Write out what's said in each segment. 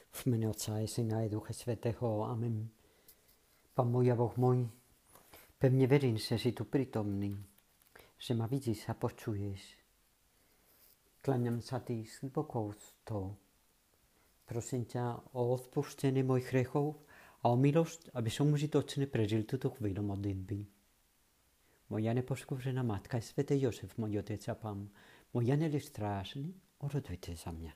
V mene Otca i Syna i Ducha Svätého. Amen. Pán môj a Boh môj, pevne verím, že si tu prítomný, že ma vidíš a počuješ. Kláňam sa ti s hlubokou úctou. Prosím ťa o odpustenie mojich hriechov a o milosť, aby som užitočne prežil túto chvíľu modlitby. Moja nepoškvrnená matka, svätý Jozef, môj otec a pán, môj anjel strážny, orodujte za mňa.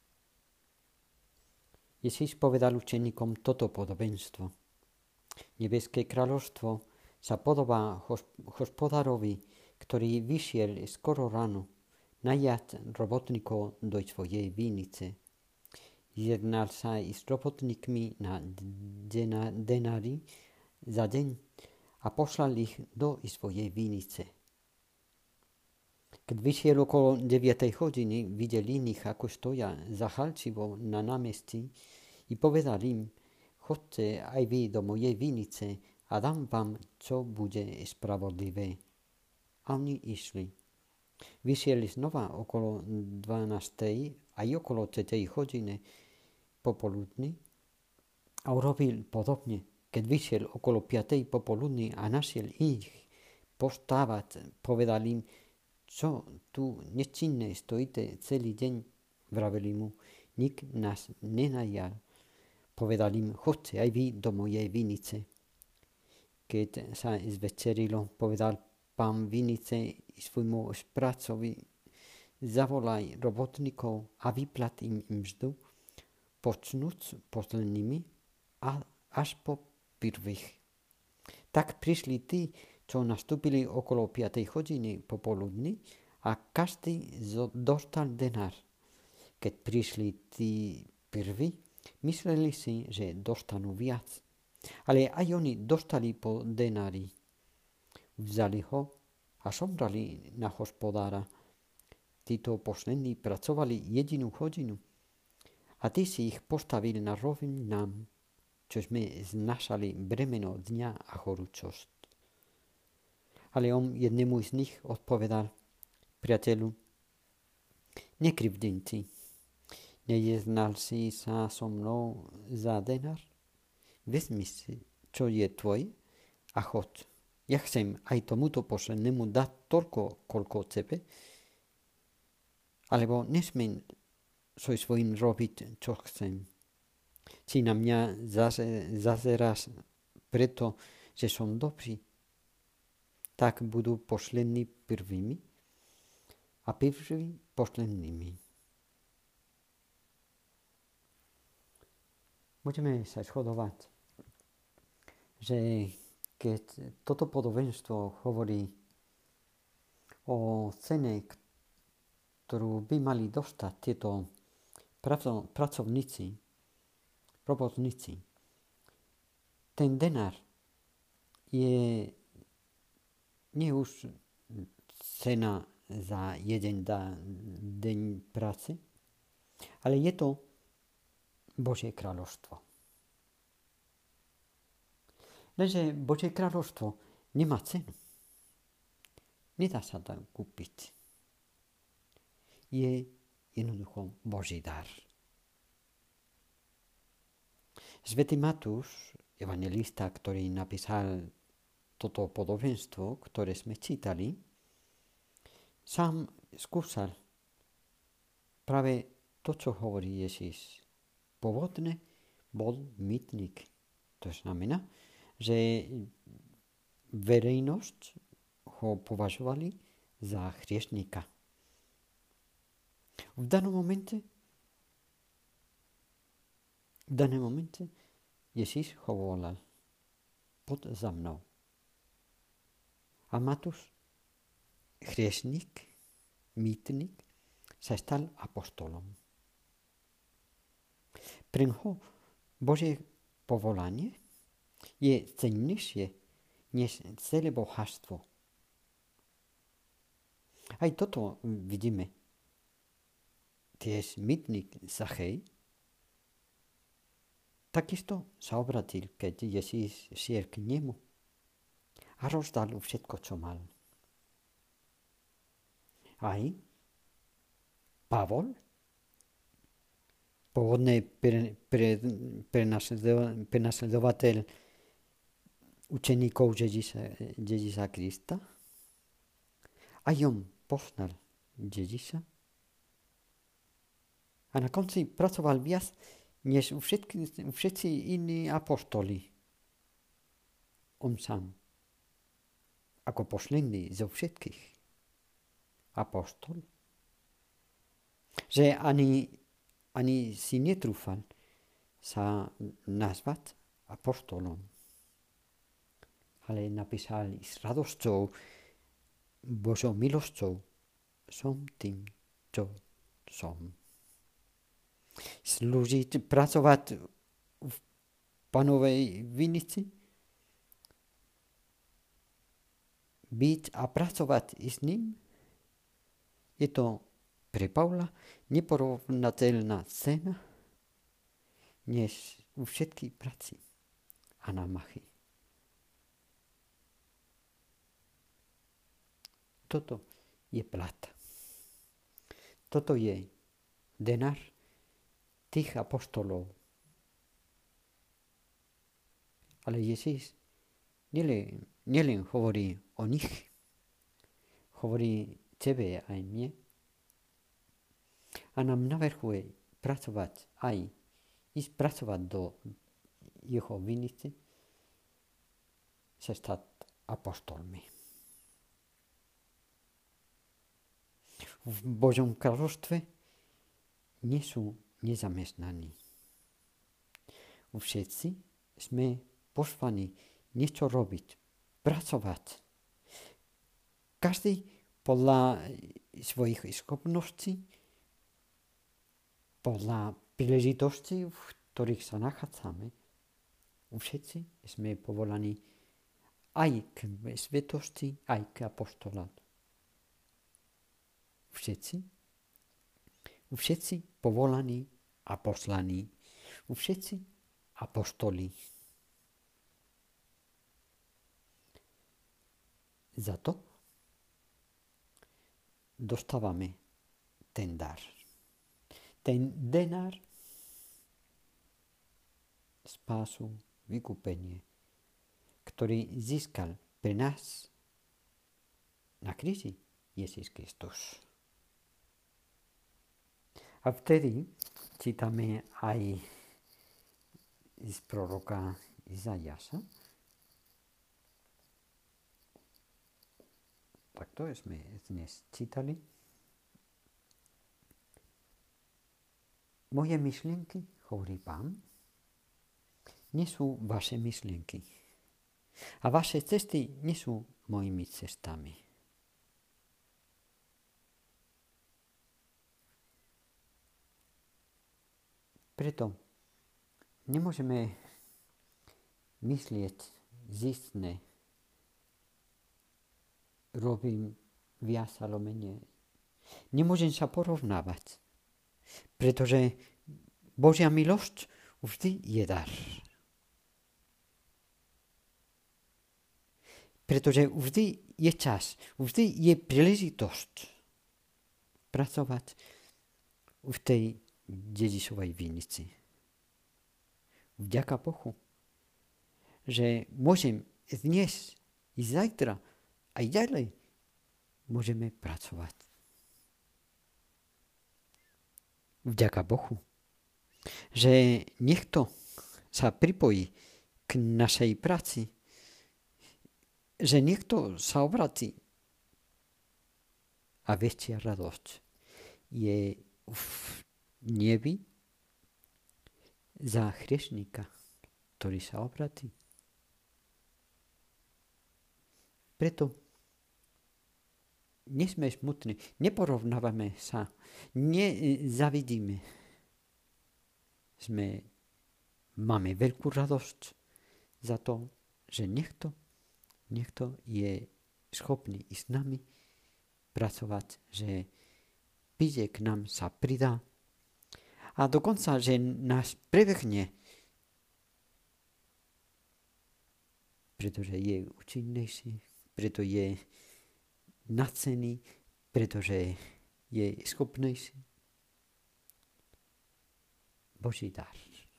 Ježíš povedal učeníkom toto podobenstvo. Nebeské kráľovstvo sa podobá hospodárovi, ktorý vyšiel skoro ráno najať robotníkov do svojej vinice. Jednal sa i s robotníkmi na denári za deň a poslal ich do svojej vinice. Keď vyšiel okolo 9 hodiny, videl iných, ako stoja za halčivo na námestí i povedal im, chodte aj vy do mojej vinice a dám vám, čo bude spravodlivé. A oni išli. Vyšiel znova okolo 12. aj okolo 3. hodiny popoludní a urobil podobne. Keď vyšiel okolo 5. popoludní a našiel ich postávať, povedal im, čo tu nečinné stojíte celý deň, vraveli mu, nik nás nenajal. Povedal im, chodte aj vy do mojej vinice. Keď sa zvečerilo, povedal pán vinice svojmu správcovi, zavolaj robotníkov a vyplat im mzdu, počnúc poslednými až po prvých. Tak prišli tí, čo nastúpili okolo 5. hodiny popoludní a každý dostal denár. Keď prišli tí prví, mysleli si, že dostanú viac. Ale aj oni dostali po denári. Vzali ho a somrali na hospodára. Títo poslední pracovali jedinú hodinu. A ty si ich postavil na rovinu nám, čo sme znašali bremeno dňa a horúčosť. Ale on jednému z nich odpovedal, priateľu, nekrivdím ti, nejednal si sa so mnou za denár? Vezmi si, čo je tvoje a choď. Ja chcem aj tomuto poslednému dať toľko, koľko tebe, alebo nesmiem svojim robiť, čo chcem. Či na mňa zazeráš preto, že som dobrý, tak budú poslední prvými a prví poslednými. Môžeme sa shodovať, že keď toto podobenstvo hovorí o cene, ktorú by mali dostať tieto robotníci, ten denár je nie už cena za jeden deň práce, ale je to Božie kráľovstvo. Lenže Božie kráľovstvo nemá cenu. Nedá sa to kúpiť. Je jednoducho Boží dar. Svätý Matúš, evanjelista, ktorý napísal toto podobenstvo, ktoré sme čítali, sám skúsal práve to, čo hovorí Ježíš. Pôvodne bol mýtnik. To znamená, že verejnosť ho považovali za hriešnika. V danom momente Ježíš ho volal, poď za mnou. A Matúš, hriešnik, mýtnik, sa stal apoštolom. Pre ňoho Božie povolanie je cennejšie než celé bohatstvo. Aj toto vidíme. Tiež mýtnik Zachej takisto sa obratil, keď Ježíš šiel k nemu a rozdal všetko, čo mal. Aj Pavol pôvodný prenasledovateľ učeníkov Ježíša Krista. A on poznal Ježíša. A na konci pracoval viac, než všetci iní apoštoli. On sám. Ako posledný zo všetkých apoštol. Že ani si netrúfal sa nazvať apoštolom. Ale napísal s radosťou, Božou milosťou, som tým, čo som. Slúžiť, pracovať v Pánovej vinici, byť a pracovať s ním, je to pre Pavla neporovnateľná cena než u všetkých prací a námahy. Toto je plat. Toto je denár tých apoštolov. Ale Ježíš nielen hovorí o nich, hovorí tebe aj mne a nám navrhuje pracovať ísť pracovať do jeho vinice, sa stať apoštolmi. V Božom kráľovstve nie sú nezamestnaní. Všetci sme poslaní niečo robiť, pracovať. Každý podľa svojich schopností, podľa príležitostí, v ktorých sa nachádzame. Všetci sme povolaní aj k svetosti, aj k apoštolátu. Všetci povolaní a poslaní. Všetci apoštoli. Za to dostávame ten dar. Ten denár, spásu, vykúpenie, ktorý získal pre nás na kríži Ježíš Kristus. A vtedy čítame aj z proroka Izaiáša. Tak to sme dnes čítali. Moje myšlienky, hovorí Pán, nie sú vaše myšlienky. A vaše cesty nie sú mojimi cestami. Preto nemôžeme myslieť zistne, robím viac alebo menej. Nemôžem sa porovnávať, pretože Božia milosť vždy je dar. Pretože vždy je čas, vždy je príležitosť pracovať v tej Ježišovej vinici. Vďaka Bohu, že môžem dnes i zajtra aj ďalej môžeme pracovať. Vďaka Bohu, že niekto sa pripojí k našej práci, že niekto sa obratí a väčšia radosť je v nebi za hriešnika, ktorý sa obratí. Preto nie sme smutní, neporovnávame sa, nezavidíme. Máme veľkú radosť za to, že niekto je schopný i s nami pracovať, že príde k nám, sa pridá a dokonca, že nás prebehne, pretože je účinnejší, preto je nadcený, pretože je schopnejší. Boží dar.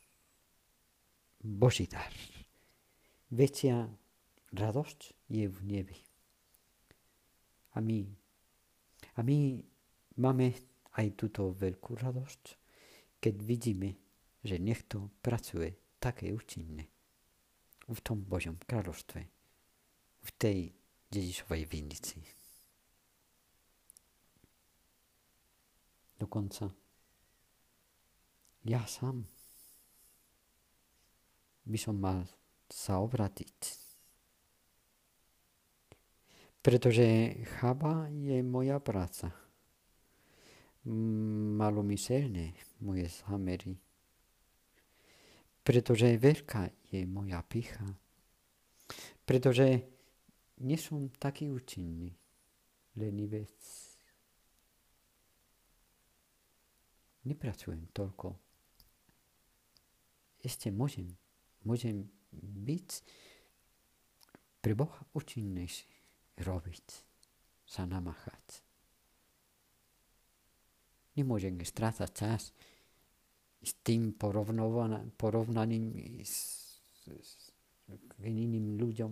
Boží dar. Väčšia radosť je v nebi. A my máme aj túto veľkú radosť, keď vidíme, že niekto pracuje také účinne v tom Božom kráľovstve, v tej Ježišovej vinici. Dokonca ja sám by som mal sa obrátiť. Pretože chába je moja práca. Malomyselné moje zámery. Pretože veľká je moja pýcha. Pretože nie som taký účinný, lenivec. Nepracujem toľko. Ešte môžem byť pre Boha účinnejší. Robiť, sa namáchať. Nemôžem strácať čas s tým porovnaním s iným ľuďom.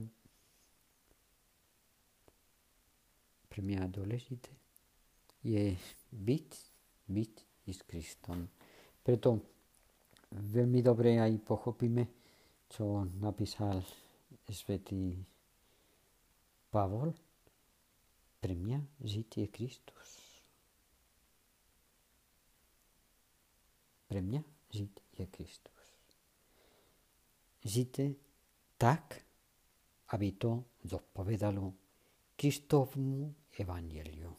Pre mňa dôležité je byť s Kristom. Preto veľmi dobre aj pochopíme, čo napísal svätý Pavol. Pre mňa žiť je Kristus. Pre mňa žiť je Kristus. Žite tak, aby to zodpovedalo Kristovmu evanjeliu.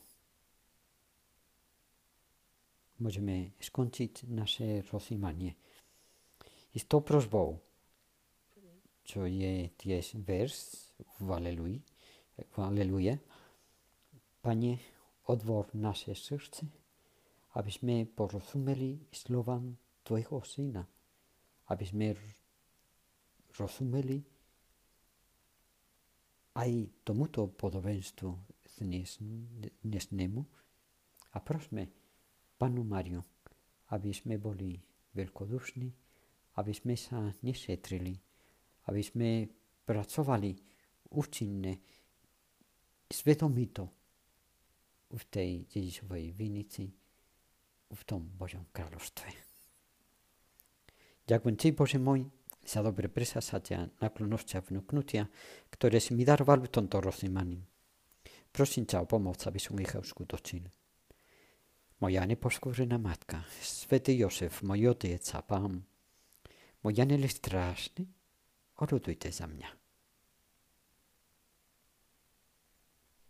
Môžeme skončiť naše rozjímanie s tou prosbou, čo je tiež vers v Aleluja. Pane, otvor naše srdce, aby sme porozumeli slovám Tvojho Syna, aby sme rozumeli aj tomuto podobenstvu dnesnému a prosme Pannu Máriu, aby sme boli veľkodušní, aby sme sa nešetrili, aby sme pracovali účinne, svedomito v tej Ježišovej vinici, v tom Božom kráľovstve. Ďakujem Ti, Bože môj, za dobre presasatia, naklonosti a vnúknutia, ktoré si mi daroval v tomto rozjímaní. Prosím ťa o pomoc, aby som ich uskutočnil. Moja nepoškvrnená matka, svätý Jozef, môj otec a pán, môj anjel strážny, oľutujte za mňa.